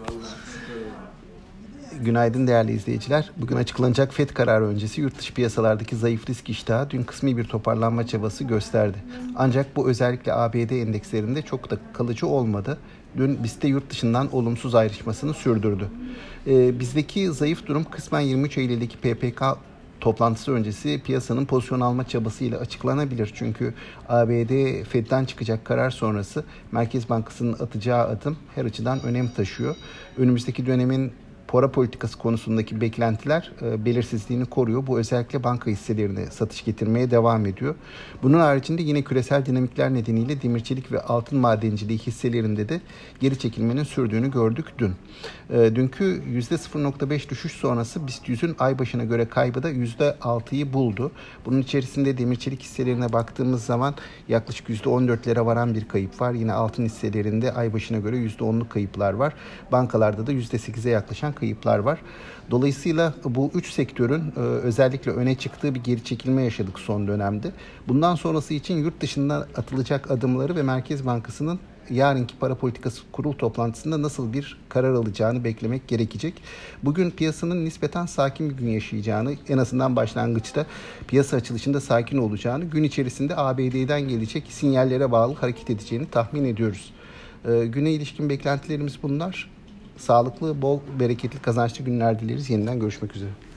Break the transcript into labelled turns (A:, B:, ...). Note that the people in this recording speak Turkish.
A: Günaydın değerli izleyiciler. Bugün açıklanacak FED kararı öncesi yurt dışı piyasalardaki zayıf risk iştahı dün kısmi bir toparlanma çabası gösterdi. Ancak bu özellikle ABD endekslerinde çok da kalıcı olmadı. Dün BIST yurt dışından olumsuz ayrışmasını sürdürdü. Bizdeki zayıf durum kısmen 23 Eylül'deki PPK toplantısı öncesi piyasanın pozisyon alma çabasıyla açıklanabilir. Çünkü ABD Fed'den çıkacak karar sonrası Merkez Bankası'nın atacağı adım her açıdan önem taşıyor. Önümüzdeki dönemin para politikası konusundaki beklentiler belirsizliğini koruyor. Bu özellikle banka hisselerine satış getirmeye devam ediyor. Bunun haricinde yine küresel dinamikler nedeniyle demirçilik ve altın madenciliği hisselerinde de geri çekilmenin sürdüğünü gördük dün. Dünkü %0.5 düşüş sonrası BIST 100'ün ay başına göre kaybı da %6'yı buldu. Bunun içerisinde demirçilik hisselerine baktığımız zaman yaklaşık %14'lere varan bir kayıp var. Yine altın hisselerinde ay başına göre %10'luk kayıplar var. Bankalarda da %8'e yaklaşan kayıplar var. Dolayısıyla bu üç sektörün özellikle öne çıktığı bir geri çekilme yaşadık son dönemde. Bundan sonrası için yurt dışından atılacak adımları ve Merkez Bankası'nın yarınki para politikası kurul toplantısında nasıl bir karar alacağını beklemek gerekecek. Bugün piyasanın nispeten sakin bir gün yaşayacağını, en azından başlangıçta piyasa açılışında sakin olacağını, gün içerisinde ABD'den gelecek sinyallere bağlı hareket edeceğini tahmin ediyoruz. Güne ilişkin beklentilerimiz bunlar. Sağlıklı, bol, bereketli, kazançlı günler dileriz. Yeniden görüşmek üzere.